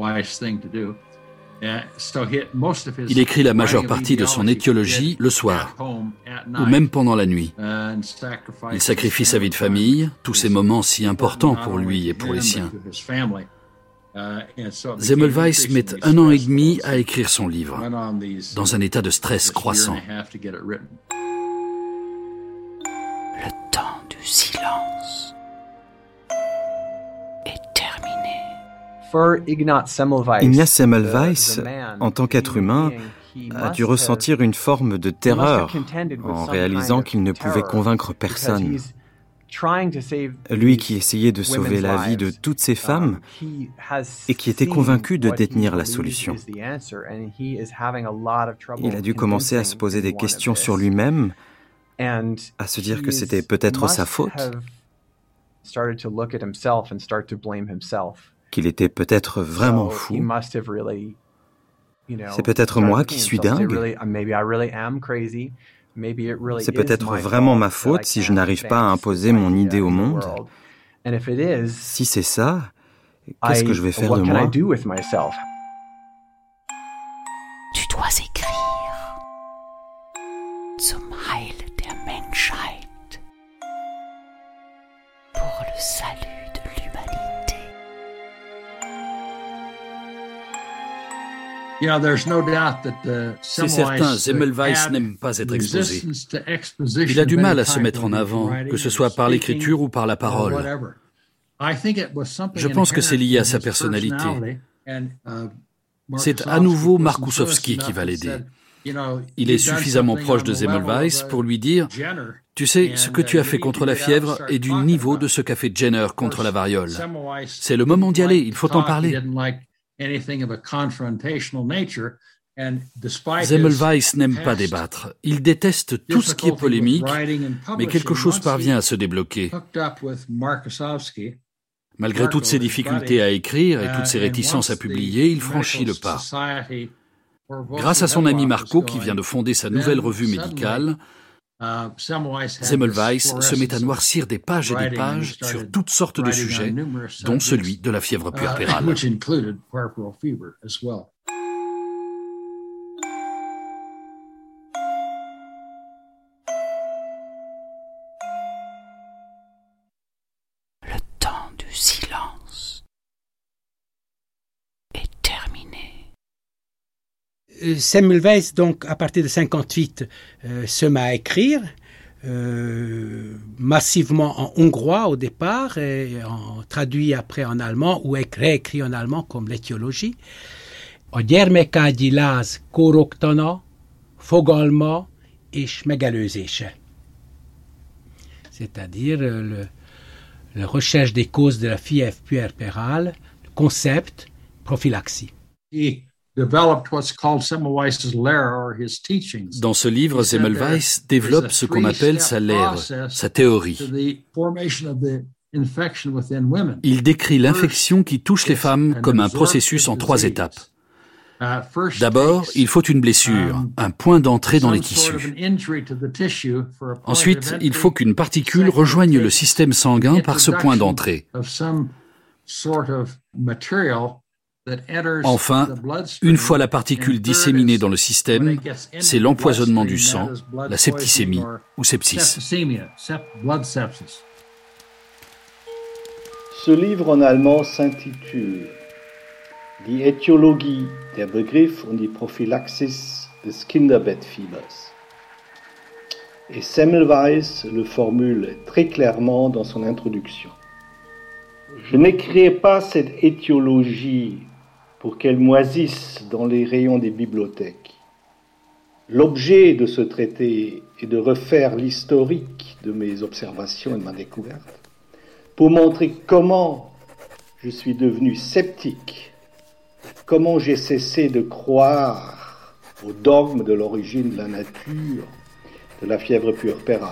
Il écrit la majeure partie de son étiologie le soir, ou même pendant la nuit. Il sacrifie sa vie de famille, tous ces moments si importants pour lui et pour les siens. Semmelweis met 1 an et demi à écrire son livre, dans un état de stress croissant. Le temps du silence est terminé. Ignaz Semmelweis, en tant qu'être humain, a dû ressentir une forme de terreur en réalisant qu'il ne pouvait convaincre personne. Lui qui essayait de sauver la vie de toutes ces femmes et qui était convaincu de détenir la solution. Il a dû commencer à se poser des questions sur lui-même à se dire que c'était peut-être sa faute, qu'il était peut-être vraiment fou. C'est peut-être moi qui suis dingue. C'est peut-être vraiment ma faute si je n'arrive pas à imposer mon idée au monde. Si c'est ça, qu'est-ce que je vais faire de moi? Tu dois écrire zum Heil der Menschheit, pour le salut de l'humanité. C'est certain, Semmelweis n'aime pas être exposé. Il a du mal à se mettre en avant, que ce soit par l'écriture ou par la parole. Je pense que c'est lié à sa personnalité. C'est à nouveau Markusowski qui va l'aider. Il est suffisamment proche de Semmelweis pour lui dire « Tu sais, ce que tu as fait contre la fièvre est du niveau de ce qu'a fait Jenner contre la variole. C'est le moment d'y aller, il faut en parler. » Semmelweis n'aime pas débattre. Il déteste tout ce qui est polémique, mais quelque chose parvient à se débloquer. Malgré toutes ses difficultés à écrire et toutes ses réticences à publier, il franchit le pas. Grâce à son ami Marco, qui vient de fonder sa nouvelle revue médicale, Semmelweis se met à noircir des pages et des pages sur toutes sortes de sujets, dont celui de la fièvre puerpérale. Le temps du silence est terminé. Semmelweis, donc, à partir de 1958, se met à écrire, massivement en hongrois au départ, et traduit après en allemand, ou réécrit en allemand comme l'étiologie. A gyermekágyi láz kóroktana, fogalma és megelőzése. C'est-à-dire la recherche des causes de la fièvre puerpérale, le concept, prophylaxie. Dans ce livre, Semmelweis développe ce qu'on appelle sa lère, sa théorie. Il décrit l'infection qui touche les femmes comme un processus en 3 étapes. D'abord, il faut une blessure, un point d'entrée dans les tissus. Ensuite, il faut qu'une particule rejoigne le système sanguin par ce point d'entrée. Enfin, une fois la particule disséminée dans le système, c'est l'empoisonnement du sang, la septicémie ou sepsis. Ce livre en allemand s'intitule Die Ätiologie der Begriff und die Prophylaxis des Kinderbettfiebers. Et Semmelweis le formule très clairement dans son introduction. Je n'écrirai pas cette étiologie pour qu'elle moisisse dans les rayons des bibliothèques. L'objet de ce traité est de refaire l'historique de mes observations et de ma découverte, pour montrer comment je suis devenu sceptique, comment j'ai cessé de croire au dogme de l'origine de la nature de la fièvre puerpérale.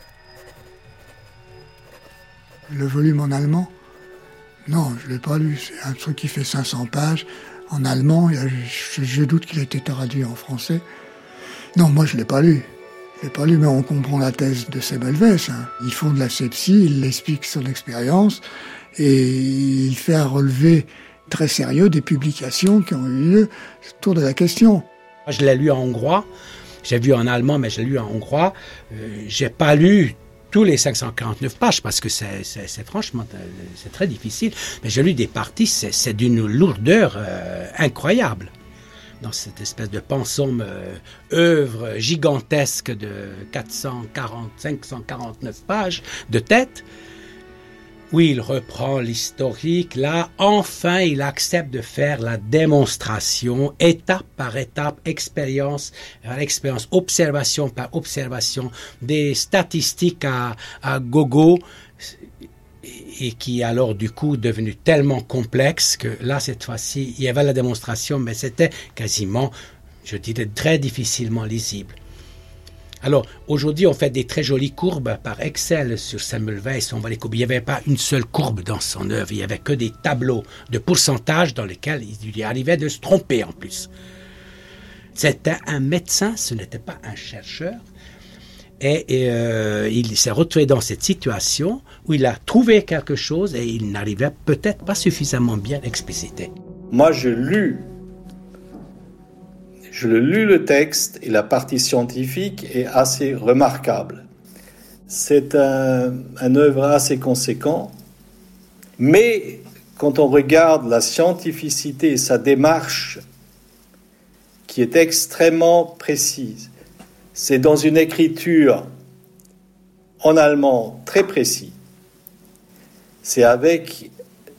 Le volume en allemand? Non, je ne l'ai pas lu. C'est un truc qui fait 500 pages. En allemand, je doute qu'il ait été traduit en français. Non, moi, je ne l'ai pas lu. Je ne l'ai pas lu, mais on comprend la thèse de Semmelweis. Il fonde la sepsie, il explique son expérience, et il fait un relevé très sérieux des publications qui ont eu lieu autour de la question. Je l'ai lu en hongrois. J'ai vu en allemand, mais je l'ai lu en hongrois. J'ai pas lu tous les 549 pages, parce que c'est franchement, c'est très difficile. Mais j'ai lu des parties, c'est d'une lourdeur incroyable. Dans cette espèce de pensum œuvre gigantesque de 549 pages de tête, où il reprend l'historique. Là, enfin, il accepte de faire la démonstration, étape par étape, expérience par expérience, observation par observation, des statistiques à gogo, et qui alors du coup devenu tellement complexe que là, cette fois-ci, il y avait la démonstration, mais c'était quasiment, je dirais, très difficilement lisible. Alors, aujourd'hui, on fait des très jolies courbes par Excel sur Semmelweis. On voit les courbes. Il n'y avait pas une seule courbe dans son œuvre. Il n'y avait que des tableaux de pourcentage dans lesquels il lui arrivait de se tromper en plus. C'était un médecin, ce n'était pas un chercheur. Et il s'est retrouvé dans cette situation où il a trouvé quelque chose et il n'arrivait peut-être pas suffisamment bien à expliciter. Moi, je lus le texte et la partie scientifique est assez remarquable. C'est un œuvre assez conséquent, mais quand on regarde la scientificité et sa démarche, qui est extrêmement précise, c'est dans une écriture en allemand très précis, c'est avec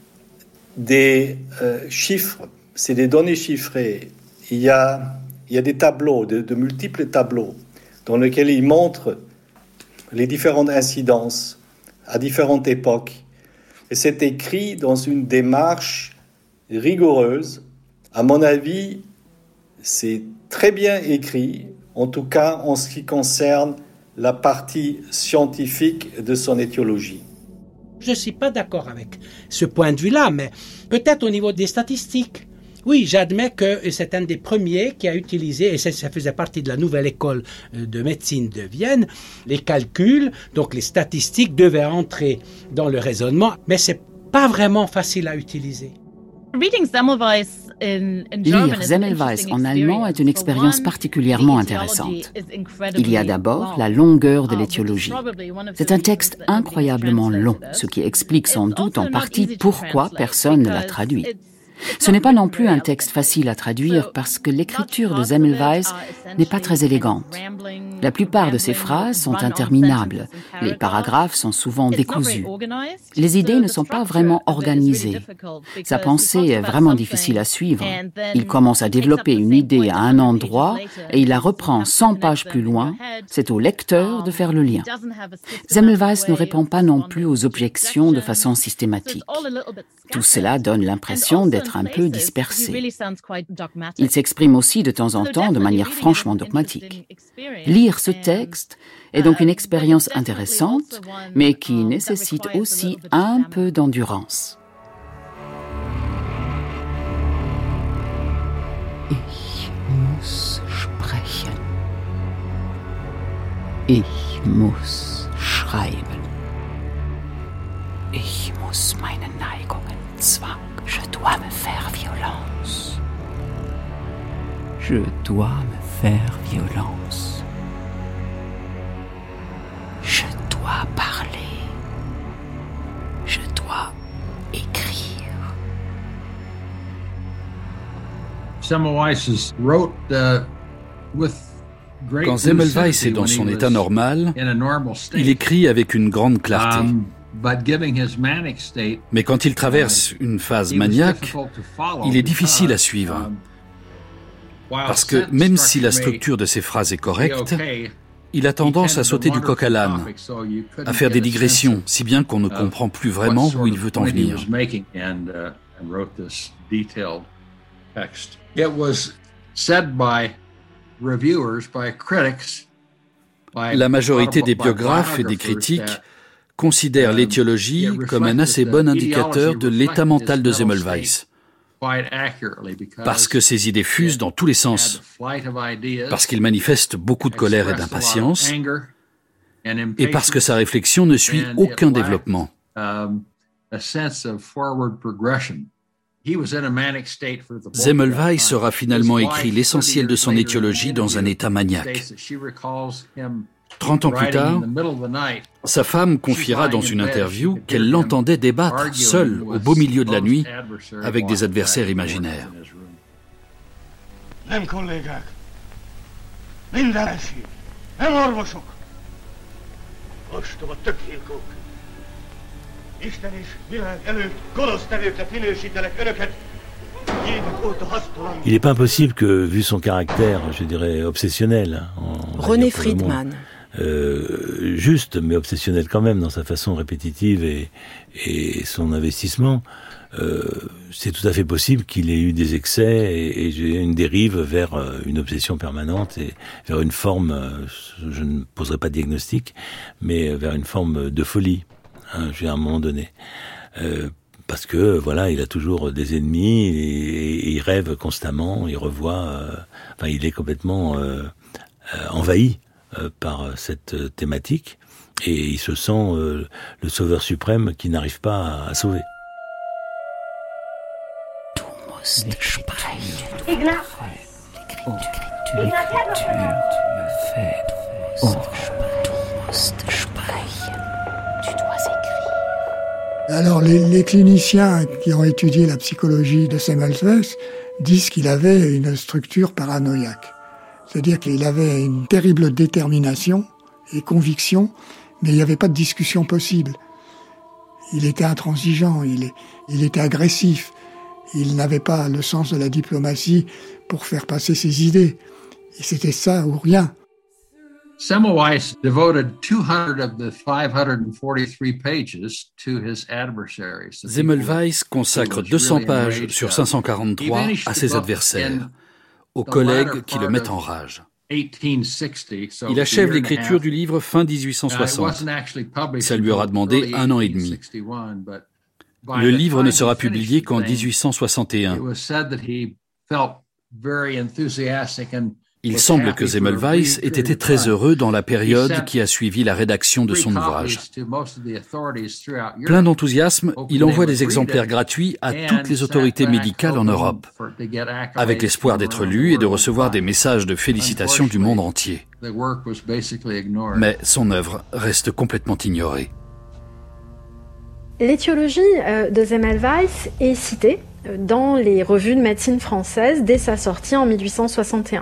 des chiffres, c'est des données chiffrées. Il y a des tableaux, de multiples tableaux, dans lesquels il montre les différentes incidences à différentes époques. Et c'est écrit dans une démarche rigoureuse. À mon avis, c'est très bien écrit, en tout cas en ce qui concerne la partie scientifique de son étiologie. Je ne suis pas d'accord avec ce point de vue-là, mais peut-être au niveau des statistiques. Oui, j'admets que c'est un des premiers qui a utilisé, et ça faisait partie de la nouvelle école de médecine de Vienne, les calculs, donc les statistiques devaient entrer dans le raisonnement, mais c'est pas vraiment facile à utiliser. Lire Semmelweis en allemand est une expérience particulièrement intéressante. Il y a d'abord la longueur de l'étiologie. C'est un texte incroyablement long, ce qui explique sans doute en partie pourquoi personne ne l'a traduit. Ce n'est pas non plus un texte facile à traduire parce que l'écriture de Semmelweis n'est pas très élégante. La plupart de ses phrases sont interminables. Les paragraphes sont souvent décousus. Les idées ne sont pas vraiment organisées. Sa pensée est vraiment difficile à suivre. Il commence à développer une idée à un endroit et il la reprend 100 pages plus loin. C'est au lecteur de faire le lien. Semmelweis ne répond pas non plus aux objections de façon systématique. Tout cela donne l'impression d'être un peu dispersé. Il s'exprime aussi de temps en temps de manière franchement dogmatique. Lire ce texte est donc une expérience intéressante, mais qui nécessite aussi un peu d'endurance. Ich muss sprechen. Ich muss schreiben. Ich muss meine Neigungen Zwang. Je dois me faire violence. Je dois me faire violence. Je dois parler. Je dois écrire. Semmelweis wrote with Quand Semmelweis est dans son état normal, il écrit avec une grande clarté. Mais quand il traverse une phase maniaque, il est difficile à suivre. Parce que même si la structure de ses phrases est correcte, il a tendance à sauter du coq à l'âne, à faire des digressions, si bien qu'on ne comprend plus vraiment où il veut en venir. La majorité des biographes et des critiques considèrent l'étiologie comme un assez bon indicateur de l'état mental de Semmelweis, parce que ses idées fusent dans tous les sens, parce qu'il manifeste beaucoup de colère et d'impatience, et parce que sa réflexion ne suit aucun développement. Semmelweis aura finalement écrit l'essentiel de son étiologie dans un état maniaque. 30 ans plus tard, sa femme confiera dans une interview qu'elle l'entendait débattre seule au beau milieu de la nuit avec des adversaires imaginaires. Il n'est pas impossible que, vu son caractère, je dirais, obsessionnel, René Friedman. juste, mais obsessionnel quand même dans sa façon répétitive et son investissement, c'est tout à fait possible qu'il ait eu des excès et une dérive vers une obsession permanente et vers une forme, je ne poserai pas de diagnostic, mais vers une forme de folie, hein, à un moment donné. Parce que voilà, il a toujours des ennemis et il rêve constamment, il revoit, il est complètement envahi par cette thématique et il se sent le sauveur suprême qui n'arrive pas à sauver. Alors les cliniciens qui ont étudié la psychologie de Semmelweis disent qu'il avait une structure paranoïaque. C'est-à-dire qu'il avait une terrible détermination et conviction, mais il n'y avait pas de discussion possible. Il était intransigeant, il était agressif, il n'avait pas le sens de la diplomatie pour faire passer ses idées. Et c'était ça ou rien. Semmelweis devoted 200 of the 543 pages to his adversaries. Semmelweis consacre 200 pages sur 543 à ses adversaires, aux collègues qui le mettent en rage. Il achève l'écriture du livre fin 1860. Ça lui aura demandé 1 an et demi. Le livre ne sera publié qu'en 1861. Il semble que Semmelweis ait été très heureux dans la période qui a suivi la rédaction de son ouvrage. Plein d'enthousiasme, il envoie des exemplaires gratuits à toutes les autorités médicales en Europe, avec l'espoir d'être lu et de recevoir des messages de félicitations du monde entier. Mais son œuvre reste complètement ignorée. L'étiologie de Semmelweis est citée dans les revues de médecine françaises dès sa sortie en 1861.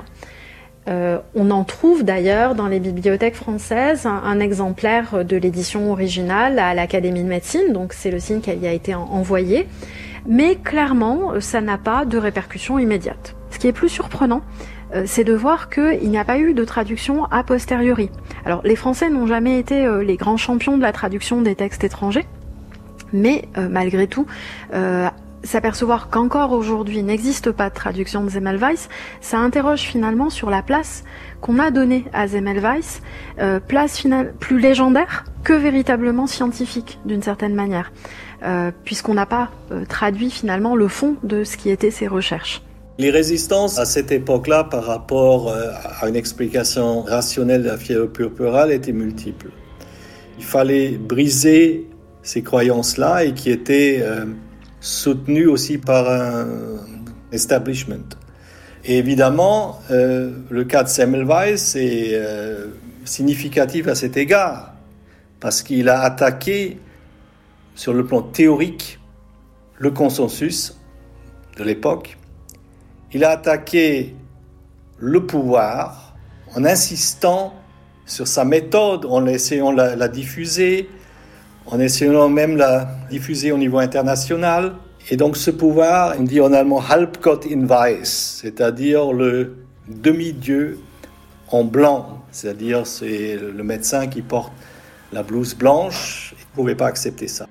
On en trouve d'ailleurs dans les bibliothèques françaises un exemplaire de l'édition originale à l'Académie de médecine, donc c'est le signe qu'elle y a été envoyée, mais clairement ça n'a pas de répercussion immédiate. Ce qui est plus surprenant, c'est de voir qu'il n'y a pas eu de traduction a posteriori. Alors les Français n'ont jamais été les grands champions de la traduction des textes étrangers, mais malgré tout, s'apercevoir qu'encore aujourd'hui n'existe pas de traduction de Semmelweis, ça interroge finalement sur la place qu'on a donnée à Semmelweis, place plus légendaire que véritablement scientifique d'une certaine manière, puisqu'on n'a pas traduit finalement le fond de ce qui étaient ses recherches. Les résistances à cette époque-là par rapport à une explication rationnelle de la fièvre puerpérale étaient multiples. Il fallait briser ces croyances-là et qui étaient soutenues aussi par un establishment. Et évidemment, le cas de Semmelweis est significatif à cet égard, parce qu'il a attaqué, sur le plan théorique, le consensus de l'époque. Il a attaqué le pouvoir en insistant sur sa méthode, en essayant de la diffuser, en essayant même de la diffuser au niveau international. Et donc ce pouvoir, on dit en allemand Halbgott in Weiß, c'est-à-dire le demi-dieu en blanc, c'est-à-dire c'est le médecin qui porte la blouse blanche, il ne pouvait pas accepter ça.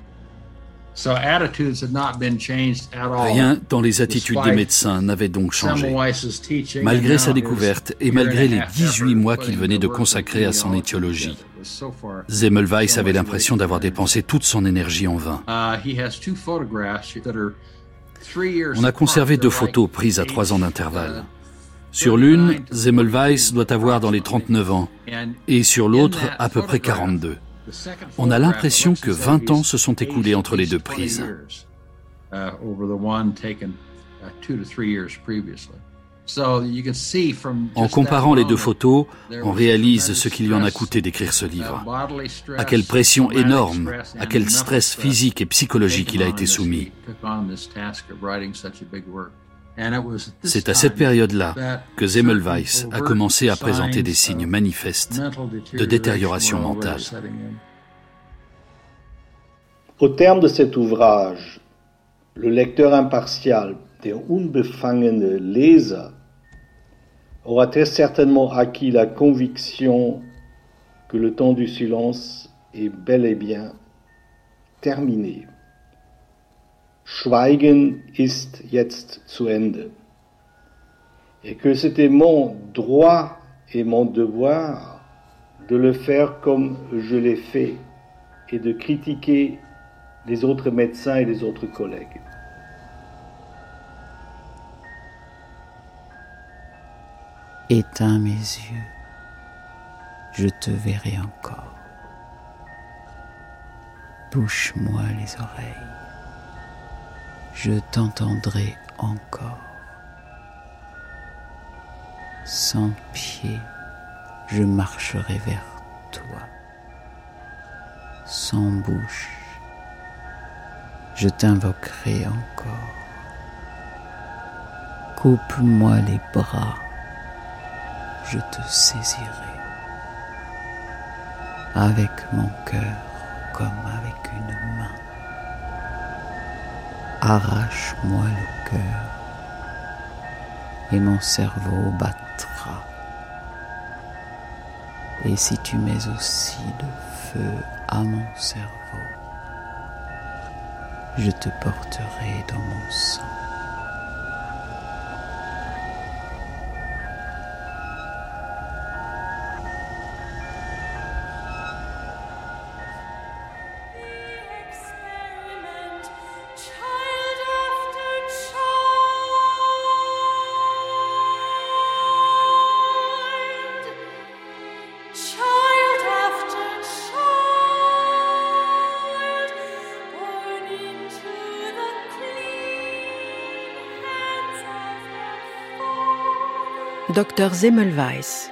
Rien dans les attitudes des médecins n'avait donc changé. Malgré sa découverte et malgré les 18 mois qu'il venait de consacrer à son étiologie, Semmelweis avait l'impression d'avoir dépensé toute son énergie en vain. On a conservé 2 photos prises à 3 ans d'intervalle. Sur l'une, Semmelweis doit avoir dans les 39 ans et sur l'autre, à peu près 42. On a l'impression que 20 ans se sont écoulés entre les 2 prises. En comparant les 2 photos, on réalise ce qu'il lui en a coûté d'écrire ce livre. À quelle pression énorme, à quel stress physique et psychologique il a été soumis. C'est à cette période-là que Semmelweis a commencé à présenter des signes manifestes de détérioration mentale. Au terme de cet ouvrage, le lecteur impartial, der unbefangene Leser, aura très certainement acquis la conviction que le temps du silence est bel et bien terminé. Schweigen ist jetzt zu Ende. Et que c'était mon droit et mon devoir de le faire comme je l'ai fait et de critiquer les autres médecins et les autres collègues. Éteins mes yeux, je te verrai encore. Bouche-moi les oreilles, je t'entendrai encore. Sans pied, je marcherai vers toi. Sans bouche, je t'invoquerai encore. Coupe-moi les bras, je te saisirai. Avec mon cœur comme avec une main. Arrache-moi le cœur et mon cerveau battra. Et si tu mets aussi le feu à mon cerveau, je te porterai dans mon sang. Dr Semmelweis.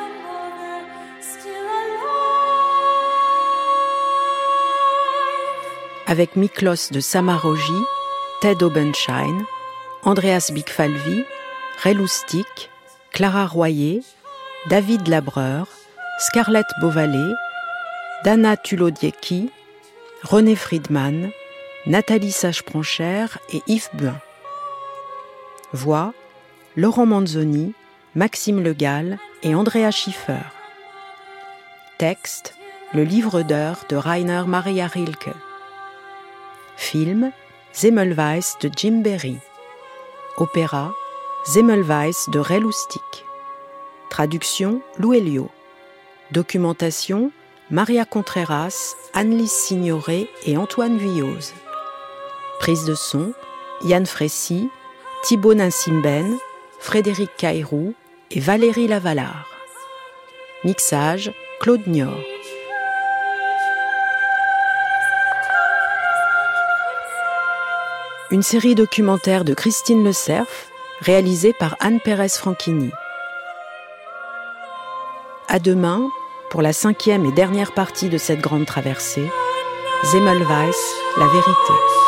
Avec Miklos de Samarogi, Ted Obenschein, Andreas Bigfalvi, Ray Lustig, Clara Royer, David Labreur, Scarlett Beauvalet, Dana Tulodiecki, René Friedman, Nathalie Sage-Pronchère et Yves Buin. Voix, Laurent Manzoni, Maxime Le Gall et Andrea Schiffer. Texte, Le livre d'heures de Rainer Maria Rilke. Film, Semmelweis de Jim Berry. Opéra, Semmelweis de Ray Lustig. Traduction, Lou Elio. Documentation, Maria Contreras, Anne-Lise Signoret et Antoine Vuilloz. Prise de son, Yann Frécy, Thibaut Ninsimben, Frédéric Caïrou et Valérie Lavallard. Mixage, Claude Niort. Une série documentaire de Christine Le Cerf, réalisée par Anne Pérez Franchini. À demain, pour la 5e et dernière partie de cette grande traversée, Semmelweis, la vérité.